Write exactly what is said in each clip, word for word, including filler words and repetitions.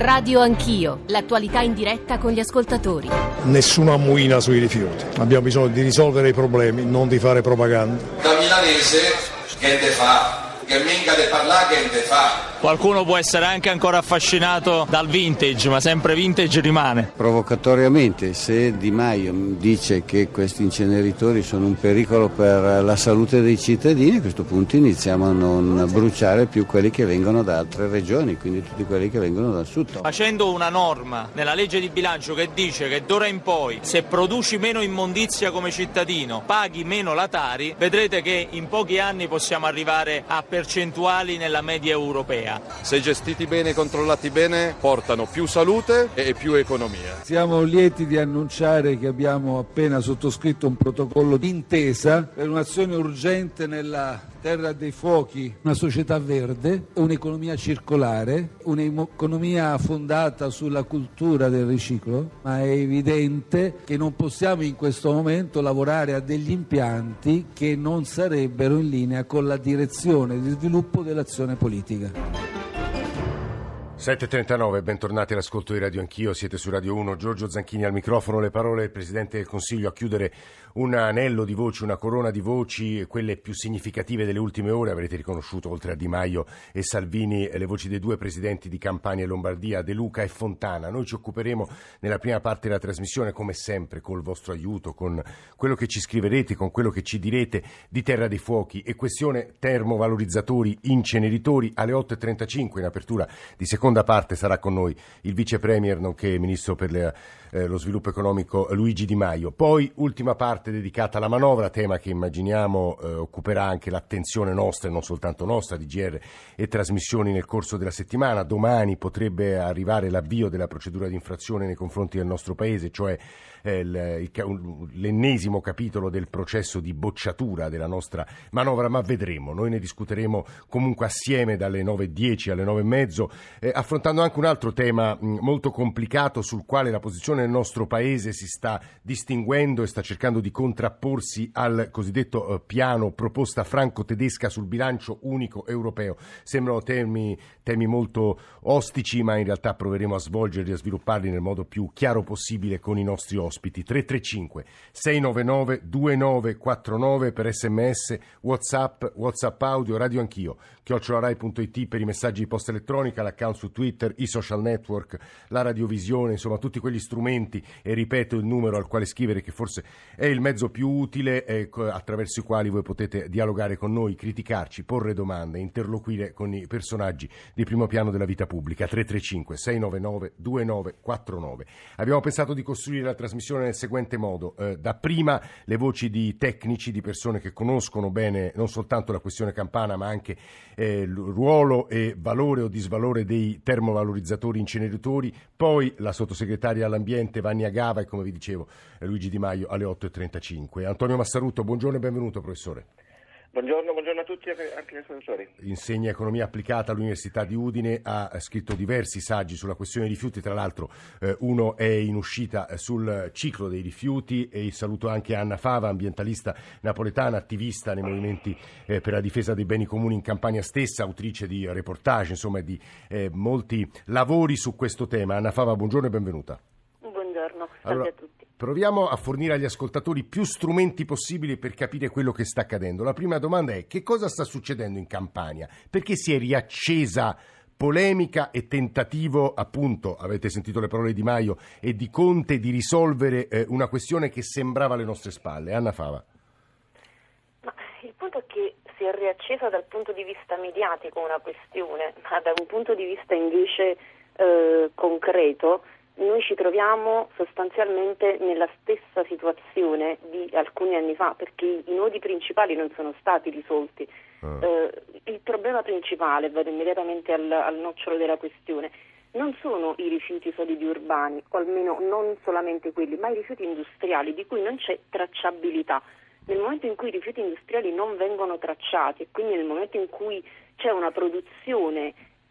Radio Anch'io, l'attualità in diretta con gli ascoltatori. Nessuna ammuina sui rifiuti, abbiamo bisogno di risolvere i problemi, non di fare propaganda. Da milanese, che te fa? Che minca de parlare, che te fa? Qualcuno può essere anche ancora affascinato dal vintage, ma sempre vintage rimane. Provocatoriamente, se Di Maio dice che questi inceneritori sono un pericolo per la salute dei cittadini, a questo punto iniziamo a non bruciare più quelli che vengono da altre regioni, quindi tutti quelli che vengono dal sud. Facendo una norma nella legge di bilancio che dice che d'ora in poi, se produci meno immondizia come cittadino, paghi meno la Tari, vedrete che in pochi anni possiamo arrivare a percentuali nella media europea. Se gestiti bene e controllati bene, portano più salute e più economia. Siamo lieti di annunciare che abbiamo appena sottoscritto un protocollo d'intesa per un'azione urgente nella Terra dei Fuochi, una società verde, un'economia circolare, un'economia fondata sulla cultura del riciclo, ma è evidente che non possiamo in questo momento lavorare a degli impianti che non sarebbero in linea con la direzione di sviluppo dell'azione politica. sette e trentanove, bentornati all'ascolto di Radio Anch'io, siete su Radio uno, Giorgio Zanchini al microfono, le parole del Presidente del Consiglio a chiudere un anello di voci, una corona di voci, quelle più significative delle ultime ore. Avrete riconosciuto, oltre a Di Maio e Salvini, le voci dei due presidenti di Campania e Lombardia, De Luca e Fontana. Noi ci occuperemo nella prima parte della trasmissione, come sempre, col vostro aiuto, con quello che ci scriverete, con quello che ci direte di Terra dei Fuochi e questione termovalorizzatori, inceneritori. Alle otto e trentacinque, in apertura di seconda parte, sarà con noi il Vice Premier, nonché Ministro per le, eh, lo Sviluppo Economico, Luigi Di Maio. Poi, ultima parte dedicata alla manovra, tema che immaginiamo eh, occuperà anche l'attenzione nostra e non soltanto nostra, di G R e trasmissioni nel corso della settimana. Domani potrebbe arrivare l'avvio della procedura di infrazione nei confronti del nostro Paese, cioè eh, il, il, l'ennesimo capitolo del processo di bocciatura della nostra manovra, ma vedremo. Noi ne discuteremo comunque assieme dalle nove e dieci alle nove e mezzo, eh, affrontando anche un altro tema mh, molto complicato, sul quale la posizione del nostro Paese si sta distinguendo e sta cercando di contrapporsi al cosiddetto eh, piano proposta franco-tedesca sul bilancio unico europeo. Sembrano temi, temi molto ostici, ma in realtà proveremo a svolgerli e a svilupparli nel modo più chiaro possibile con i nostri ospiti. tre tre cinque sei nove nove due nove quattro nove per sms, whatsapp, whatsapp audio, Radio Anch'io, chiocciola punto it per i messaggi di posta elettronica, l'account su Twitter, i social network, la radiovisione, insomma tutti quegli strumenti, e ripeto il numero al quale scrivere, che forse è il mezzo più utile, eh, attraverso i quali voi potete dialogare con noi, criticarci, porre domande, interloquire con i personaggi di primo piano della vita pubblica. tre tre cinque sei nove nove due nove quattro nove. Abbiamo pensato di costruire la trasmissione nel seguente modo: eh, da prima le voci di tecnici, di persone che conoscono bene non soltanto la questione campana, ma anche eh, il ruolo e valore o disvalore dei termovalorizzatori inceneritori, poi la sottosegretaria all'ambiente Vannia Gava e, come vi dicevo, eh, Luigi Di Maio alle otto e trentacinque. Antonio Massarutto, buongiorno e benvenuto, professore. Buongiorno, buongiorno a tutti e anche agli ascoltatori. Insegna economia applicata all'Università di Udine, ha scritto diversi saggi sulla questione dei rifiuti, tra l'altro eh, uno è in uscita sul ciclo dei rifiuti, e saluto anche Anna Fava, ambientalista napoletana, attivista nei movimenti eh, per la difesa dei beni comuni in Campania stessa, autrice di reportage, insomma di eh, molti lavori su questo tema. Anna Fava, buongiorno e benvenuta. Buongiorno, salve allora, a tutti. Proviamo a fornire agli ascoltatori più strumenti possibili per capire quello che sta accadendo. La prima domanda è: che cosa sta succedendo in Campania? Perché si è riaccesa polemica e tentativo, appunto, avete sentito le parole di Maio e di Conte, di risolvere eh, una questione che sembrava alle nostre spalle? Anna Fava. Ma il punto è che si è riaccesa dal punto di vista mediatico una questione, ma da un punto di vista invece eh, concreto noi ci troviamo sostanzialmente nella stessa situazione di alcuni anni fa, perché i nodi principali non sono stati risolti. Ah. Eh, il problema principale, vado immediatamente al, al nocciolo della questione, non sono i rifiuti solidi urbani, o almeno non solamente quelli, ma i rifiuti industriali di cui non c'è tracciabilità. Nel momento in cui i rifiuti industriali non vengono tracciati, e quindi nel momento in cui c'è una produzione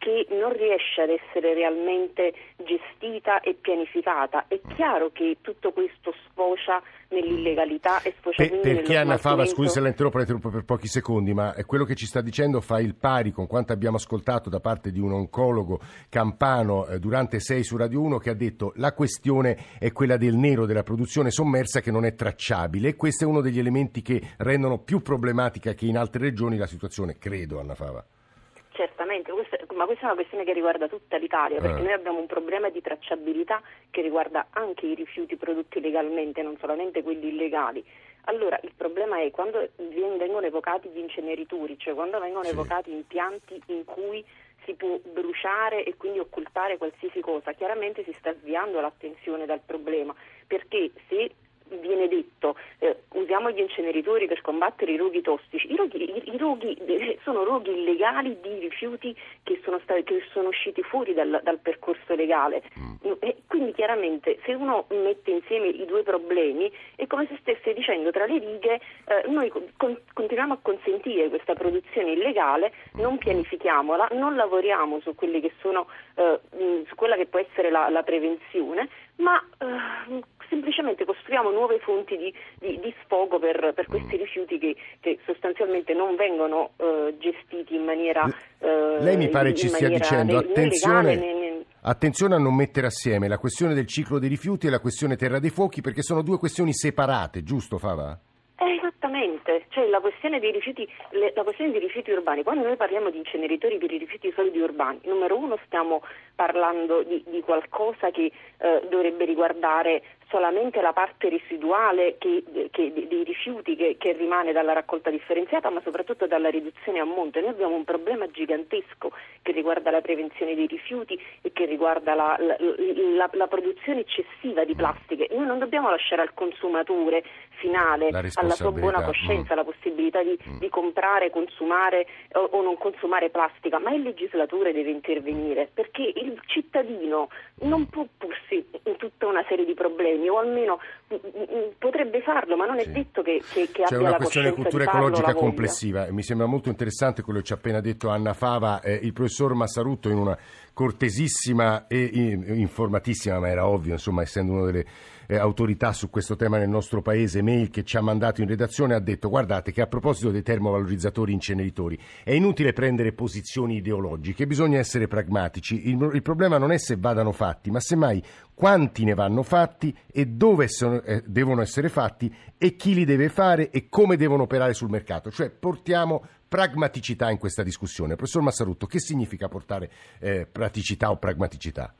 che non riesce ad essere realmente gestita e pianificata. È chiaro che tutto questo sfocia nell'illegalità e sfocia Pe- quindi nello perché Anna Fava, smaltimento... scusi se la interrompo, la interrompo per pochi secondi, ma quello che ci sta dicendo fa il pari con quanto abbiamo ascoltato da parte di un oncologo campano eh, durante sei su Radio uno, che ha detto la questione è quella del nero, della produzione sommersa che non è tracciabile, e questo è uno degli elementi che rendono più problematica che in altre regioni la situazione, credo, Anna Fava. Certamente, questa, ma questa è una questione che riguarda tutta l'Italia, perché eh. noi abbiamo un problema di tracciabilità che riguarda anche i rifiuti prodotti legalmente, non solamente quelli illegali. Allora, il problema è quando vengono evocati gli inceneritori, cioè quando vengono sì. evocati impianti in cui si può bruciare e quindi occultare qualsiasi cosa, chiaramente si sta sviando l'attenzione dal problema, perché se viene detto eh, usiamo gli inceneritori per combattere i roghi tossici, i roghi, i, i roghi eh, sono roghi illegali di rifiuti che sono, stati, che sono usciti fuori dal, dal percorso legale. Mm. E quindi chiaramente se uno mette insieme i due problemi è come se stesse dicendo tra le righe eh, noi con, continuiamo a consentire questa produzione illegale, non pianifichiamola, non lavoriamo su quelli che sono eh, su quella che può essere la, la prevenzione, ma eh, semplicemente costruiamo nuove fonti di, di, di sfogo per, per questi rifiuti che, che sostanzialmente non vengono eh, gestiti in maniera eh, Lei mi pare ci stia dicendo né, attenzione, né legale, né... attenzione a non mettere assieme la questione del ciclo dei rifiuti e la questione terra dei fuochi, perché sono due questioni separate, giusto Fava? Eh, esattamente, cioè la questione dei rifiuti, le, la questione dei rifiuti urbani, quando noi parliamo di inceneritori per i rifiuti solidi urbani, numero uno stiamo parlando di, di qualcosa che eh, dovrebbe riguardare solamente la parte residuale che, che, dei rifiuti che, che rimane dalla raccolta differenziata, ma soprattutto dalla riduzione a monte. Noi abbiamo un problema gigantesco che riguarda la prevenzione dei rifiuti e che riguarda la, la, la, la produzione eccessiva di plastiche. Noi non dobbiamo lasciare al consumatore finale, alla sua buona coscienza, mm. la possibilità di, mm. di comprare, consumare o, o non consumare plastica, ma il legislatore deve intervenire, perché il cittadino non può porsi in tutta una serie di problemi, o almeno m- m- potrebbe farlo, ma non è sì. detto che, che, che C'è abbia una la questione coscienza cultura di farlo, ecologica la voglia. complessiva. Mi sembra molto interessante quello che ci ha appena detto Anna Fava. Eh, il professor Massarutto, in una cortesissima e informatissima, ma era ovvio, insomma, essendo uno delle eh, autorità su questo tema nel nostro paese, mail che ci ha mandato in redazione, ha detto: guardate che a proposito dei termovalorizzatori inceneritori è inutile prendere posizioni ideologiche, bisogna essere pragmatici. Il, il problema non è se vadano fatti, ma semmai quanti ne vanno fatti e dove sono, eh, devono essere fatti e chi li deve fare e come devono operare sul mercato. Cioè portiamo pragmaticità in questa discussione. Professor Massarutto, che significa portare eh, praticità o pragmaticità?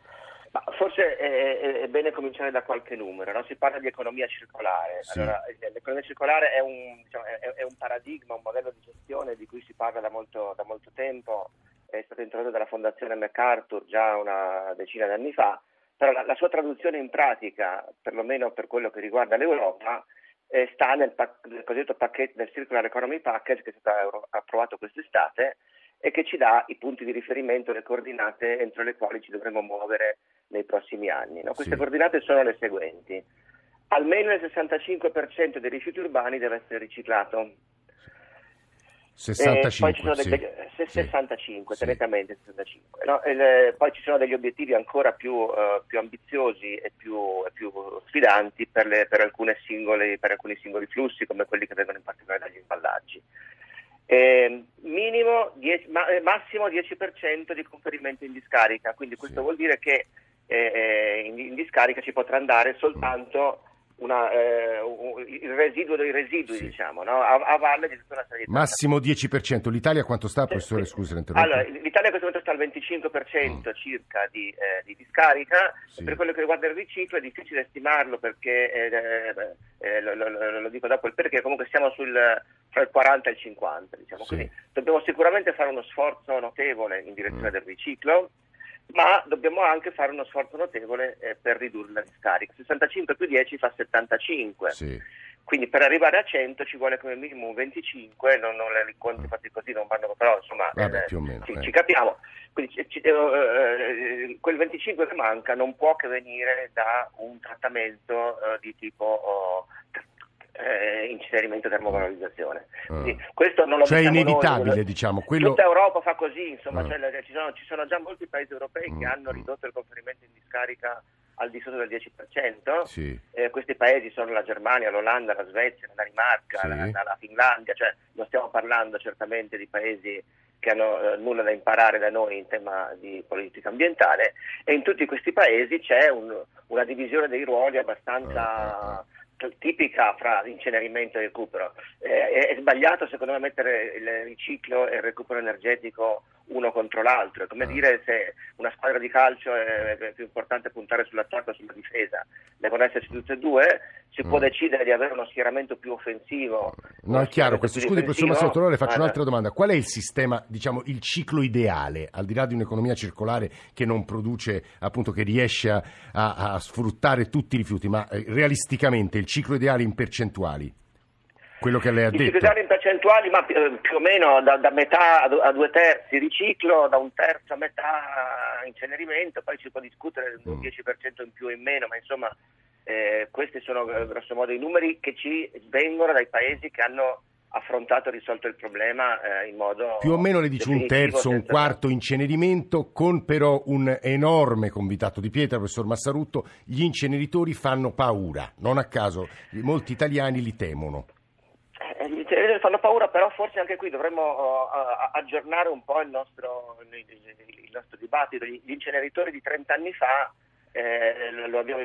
Ma forse è, è bene cominciare da qualche numero, no? Si parla di economia circolare. Sì. Allora, l'economia circolare è un, diciamo, è, è un paradigma, un modello di gestione di cui si parla da molto, da molto tempo, è stato introdotto dalla Fondazione MacArthur già una decina di anni fa, però la, la sua traduzione in pratica, perlomeno per quello che riguarda l'Europa, eh, sta nel, pac- nel cosiddetto pacchetto del Circular Economy Package che è stato euro- approvato quest'estate e che ci dà i punti di riferimento, le coordinate entro le quali ci dovremo muovere nei prossimi anni. No? Queste sì. coordinate sono le seguenti: almeno il sessantacinque per cento dei rifiuti urbani deve essere riciclato. sessantacinque, poi ci sono sì. degli, sessantacinque, sì. teoricamente sessantacinque. No? Il, poi ci sono degli obiettivi ancora più, uh, più ambiziosi e più, e più sfidanti per, le, per, alcune singole, per alcuni singoli flussi, come quelli che vengono in particolare dagli imballaggi. Eh, minimo dieci, ma, eh, massimo dieci per cento di conferimento in discarica, quindi questo sì. vuol dire che eh, in, in discarica ci potrà andare soltanto una, eh, il residuo dei residui, sì. diciamo, no? a, a valle di tutta una serie di massimo dieci per cento. L'Italia quanto sta, professore? Sì. Scusi, l'interrompo. Allora, l'Italia a questo momento sta al venticinque per cento mm. circa di, eh, di discarica. Sì. Per quello che riguarda il riciclo è difficile stimarlo perché eh, eh, lo, lo, lo, lo dico dopo il perché, comunque siamo sul tra il quaranta e il cinquanta, diciamo sì. così. Dobbiamo sicuramente fare uno sforzo notevole in direzione mm. del riciclo, ma dobbiamo anche fare uno sforzo notevole eh, per ridurre la discarica. sessantacinque più dieci fa settantacinque, sì. quindi per arrivare a cento ci vuole come minimo un venticinque, non, non le conti fatti così non vanno, però insomma Vabbè, eh, più o meno, ci, eh. ci capiamo. Quindi ci, ci, eh, quel venticinque che manca non può che venire da un trattamento eh, di tipo oh, eh, incenerimento e termovalorizzazione. Ah. Quindi, questo non lo cioè è diciamo inevitabile, noi, diciamo. Quello... Tutta Europa fa così, insomma, Ah. cioè, ci, sono, ci sono già molti paesi europei Mm. che hanno ridotto il conferimento in discarica al di sotto del dieci per cento. Sì. Eh, questi paesi sono la Germania, l'Olanda, la Svezia, la Danimarca, Sì. la, la, la Finlandia, cioè non stiamo parlando certamente di paesi che hanno eh, nulla da imparare da noi in tema di politica ambientale, e in tutti questi paesi c'è un, una divisione dei ruoli abbastanza tipica fra incenerimento e recupero. Eh, è, è sbagliato secondo me mettere il riciclo e il recupero energetico uno contro l'altro, è come Ah. dire se una squadra di calcio è, è più importante puntare sull'attacco o sulla difesa, devono esserci tutte e due, si Mm. può decidere di avere uno schieramento più offensivo. No, è chiaro questo. Scusi, professor Massarotto, allora le faccio Ah, un'altra domanda. Qual è il sistema, diciamo, il ciclo ideale, al di là di un'economia circolare che non produce, appunto, che riesce a, a, a sfruttare tutti i rifiuti, ma eh, realisticamente il ciclo ideale in percentuali? Quello che lei ha I detto. cicli in percentuali, ma più, più o meno da, da metà a, a due terzi riciclo, da un terzo a metà incenerimento, poi si può discutere un Mm. dieci per cento in più o in meno, ma insomma eh, questi sono eh, grosso modo i numeri che ci vengono dai paesi che hanno affrontato e risolto il problema eh, in modo Più o meno le dice un definitivo, terzo, un senza- quarto incenerimento, con però un enorme convitato di pietra, professor Massarutto, gli inceneritori fanno paura, non a caso molti italiani li temono. Eh, Gli inceneritori fanno paura, però forse anche qui dovremmo uh, aggiornare un po' il nostro, il, il nostro dibattito. Gli inceneritori di trenta anni fa, eh, lo abbiamo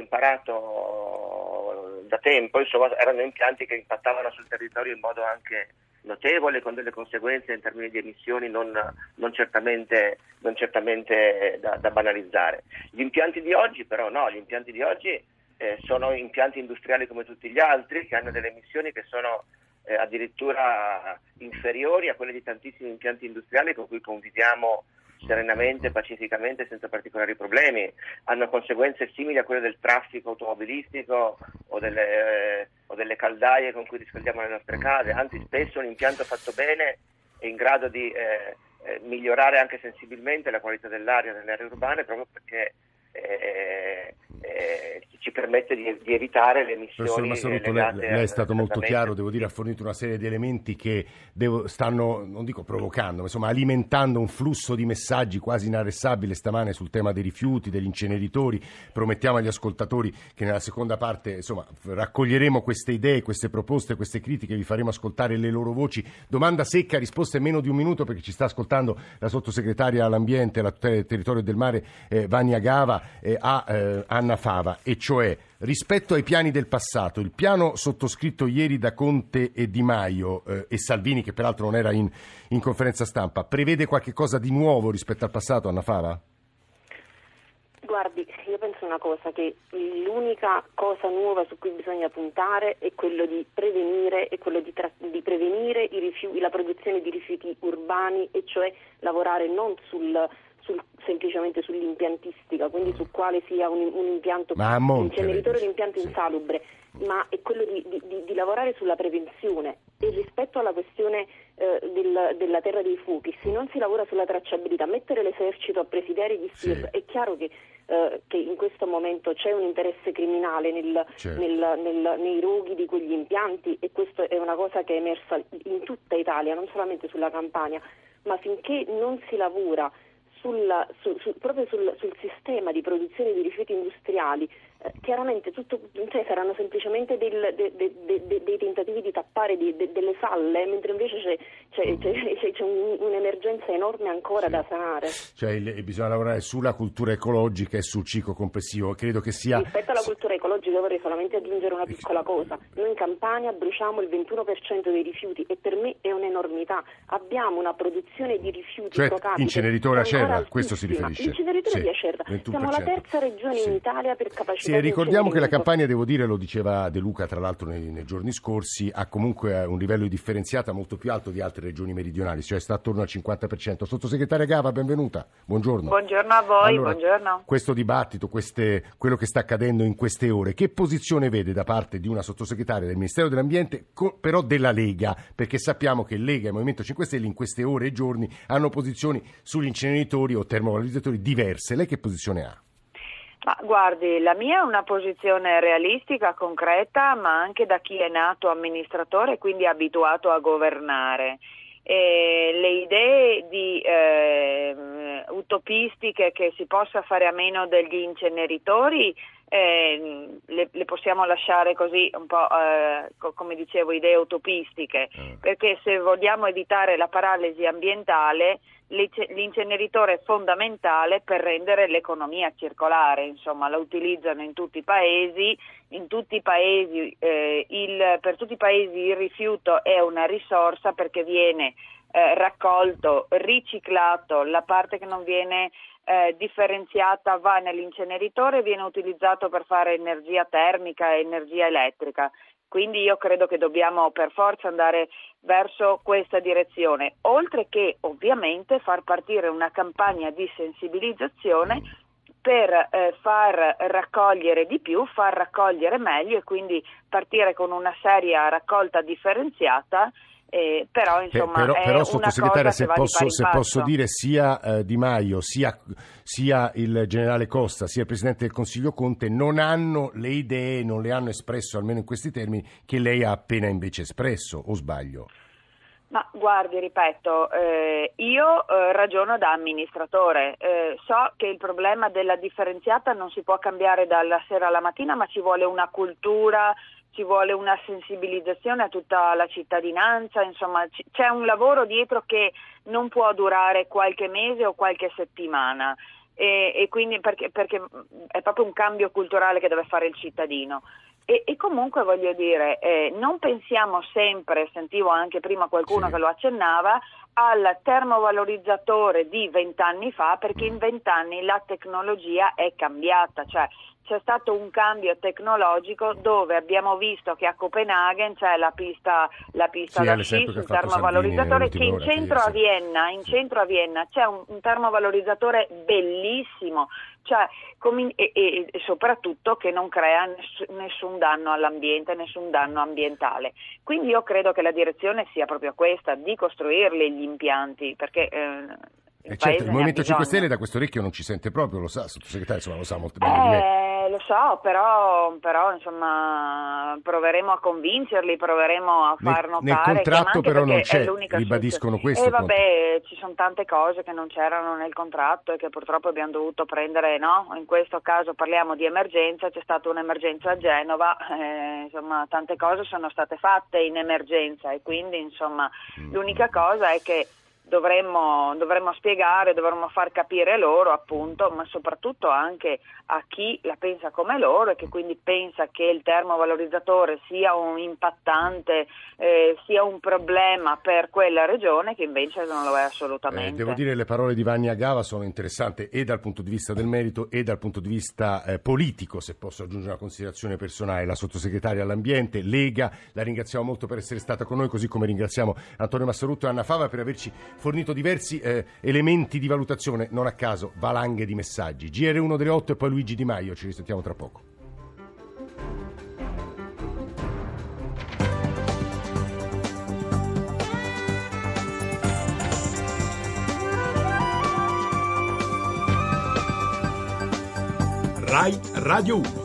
imparato da tempo, insomma, erano impianti che impattavano sul territorio in modo anche notevole, con delle conseguenze in termini di emissioni non, non certamente, non certamente da, da banalizzare. Gli impianti di oggi però no, gli impianti di oggi eh, sono impianti industriali come tutti gli altri, che hanno delle emissioni che sono eh, addirittura inferiori a quelle di tantissimi impianti industriali con cui conviviamo serenamente, pacificamente, senza particolari problemi. Hanno conseguenze simili a quelle del traffico automobilistico o delle, eh, o delle caldaie con cui riscaldiamo le nostre case, anzi spesso un impianto fatto bene è in grado di eh, eh, migliorare anche sensibilmente la qualità dell'aria nelle aree urbane, proprio perché eh, eh, ci permette di, di evitare le emissioni. Professor Massarutto, lei, lei è stato molto chiaro, devo dire, ha fornito una serie di elementi che devo, stanno, non dico provocando, ma insomma alimentando un flusso di messaggi quasi inarrestabile stamane sul tema dei rifiuti, degli inceneritori. Promettiamo agli ascoltatori che nella seconda parte, insomma, raccoglieremo queste idee, queste proposte, queste critiche, vi faremo ascoltare le loro voci. Domanda secca, risposta in meno di un minuto, perché ci sta ascoltando la sottosegretaria all'ambiente e alla tutela del territorio e del mare eh, Vania Gava eh, a eh, Anna Fava, e cioè rispetto ai piani del passato, il piano sottoscritto ieri da Conte e Di Maio eh, e Salvini, che peraltro non era in, in conferenza stampa, prevede qualche cosa di nuovo rispetto al passato, Anna Fava? Guardi, io penso una cosa, che l'unica cosa nuova su cui bisogna puntare è quello di prevenire, è quello di, tra- di prevenire i rifiuti, la produzione di rifiuti urbani, e cioè lavorare non sul Sul, semplicemente sull'impiantistica, quindi su quale sia un, un impianto un inceneritore o un impianto sì. insalubre, ma è quello di, di, di lavorare sulla prevenzione. E rispetto alla questione eh, del, della terra dei fuochi, se non si lavora sulla tracciabilità, mettere l'esercito a presidiare gli S I R, sì. È chiaro che, eh, che in questo momento c'è un interesse criminale nel, certo. nel, nel, nei roghi di quegli impianti, e questo è una cosa che è emersa in tutta Italia, non solamente sulla Campania, ma finché non si lavora Sulla, su, su, proprio sul, sul sistema di produzione di rifiuti industriali, eh, chiaramente tutto, cioè, saranno semplicemente del, de, de, de, de, dei tentativi di tappare di, de, delle falle, mentre invece c'è, c'è, c'è, c'è un, un'emergenza enorme ancora sì. da sanare. Cioè il, bisogna lavorare sulla cultura ecologica e sul ciclo complessivo, credo che sia... Rispetto alla cultura ecologica vorrei solamente aggiungere una piccola cosa: noi in Campania bruciamo il ventuno per cento dei rifiuti, e per me è un'enormità. Abbiamo una produzione di rifiuti cioè, pro capite inceneritore a Acerra, altissima. questo si riferisce? L'inceneritore sì, di Acerra, siamo la terza regione sì. in Italia per capacità sì, di ricordiamo che la Campania, devo dire, lo diceva De Luca tra l'altro nei, nei giorni scorsi, ha comunque un livello di differenziata molto più alto di altre regioni meridionali, cioè sta attorno al cinquanta per cento. Sottosegretaria Gava, benvenuta, buongiorno. Buongiorno a voi, allora, buongiorno. Questo dibattito, queste, quello che sta accadendo in queste ore, che posizione vede da parte di una sottosegretaria del Ministero dell'Ambiente, co- però della Lega? Perché sappiamo che Lega e Movimento cinque Stelle in queste ore e giorni hanno posizioni sugli inceneritori o termovalorizzatori diverse. Lei che posizione ha? Ma guardi, la mia è una posizione realistica, concreta, ma anche da chi è nato amministratore e quindi abituato a governare. E le idee di eh, utopistiche che si possa fare a meno degli inceneritori eh, le, le possiamo lasciare così un po' eh, co- come dicevo, idee utopistiche, perché se vogliamo evitare la paralisi ambientale l'inceneritore è fondamentale per rendere l'economia circolare, insomma la utilizzano in tutti i paesi, in tutti i paesi eh, il, per tutti i paesi il rifiuto è una risorsa perché viene eh, raccolto, riciclato, la parte che non viene eh, differenziata va nell'inceneritore e viene utilizzato per fare energia termica e energia elettrica. Quindi io credo che dobbiamo per forza andare verso questa direzione, oltre che ovviamente far partire una campagna di sensibilizzazione per eh, far raccogliere di più, far raccogliere meglio e quindi partire con una seria raccolta differenziata. Eh, però insomma però, è però una sottosegretaria, cosa se, che va posso, di se pari posso passo. dire, sia eh, Di Maio sia, sia il generale Costa sia il Presidente del Consiglio Conte non hanno le idee, non le hanno espresso almeno in questi termini che lei ha appena invece espresso, o sbaglio? Ma guardi, ripeto, eh, io eh, ragiono da amministratore, eh, so che il problema della differenziata non si può cambiare dalla sera alla mattina, ma ci vuole una cultura, ci vuole una sensibilizzazione a tutta la cittadinanza, insomma c- c'è un lavoro dietro che non può durare qualche mese o qualche settimana e, e quindi perché, perché è proprio un cambio culturale che deve fare il cittadino. E, e comunque voglio dire, eh, non pensiamo sempre, sentivo anche prima qualcuno sì. che lo accennava, al termovalorizzatore di vent'anni fa, perché in vent'anni la tecnologia è cambiata, cioè c'è stato un cambio tecnologico dove abbiamo visto che a Copenaghen c'è la pista, la pista sì, da sci, un termovalorizzatore, che in centro a Vienna, in centro a Vienna c'è un, un termovalorizzatore bellissimo, cioè com- e, e, e soprattutto che non crea ness- nessun danno all'ambiente, nessun danno ambientale. Quindi io credo che la direzione sia proprio questa, di costruirli gli impianti, perché eh, il, eh certo, il Movimento cinque Stelle da questo orecchio non ci sente proprio, lo sa, sottosegretario, insomma lo sa molto bene eh, di me. Lo so, però, però insomma proveremo a convincerli, proveremo a far nel, notare nel contratto che però non c'è, l'unica ribadiscono soluzione. questo. E vabbè, ci sono tante cose che non c'erano nel contratto e che purtroppo abbiamo dovuto prendere, no? In questo caso parliamo di emergenza, c'è stata un'emergenza a Genova, eh, insomma tante cose sono state fatte in emergenza e quindi insomma mm. l'unica cosa è che Dovremmo, dovremmo spiegare, dovremmo far capire loro appunto, ma soprattutto anche a chi la pensa come loro e che quindi pensa che il termovalorizzatore sia un impattante, eh, sia un problema per quella regione, che invece non lo è assolutamente. Eh, devo dire, le parole di Vanni Agava sono interessanti e dal punto di vista del merito e dal punto di vista eh, politico, se posso aggiungere una considerazione personale. La sottosegretaria all'ambiente, Lega, la ringraziamo molto per essere stata con noi, così come ringraziamo Antonio Massarutto e Anna Fava per averci fornito diversi eh, elementi di valutazione, non a caso valanghe di messaggi. G R uno delle otto e poi Luigi Di Maio, ci risentiamo tra poco. Rai Radio uno.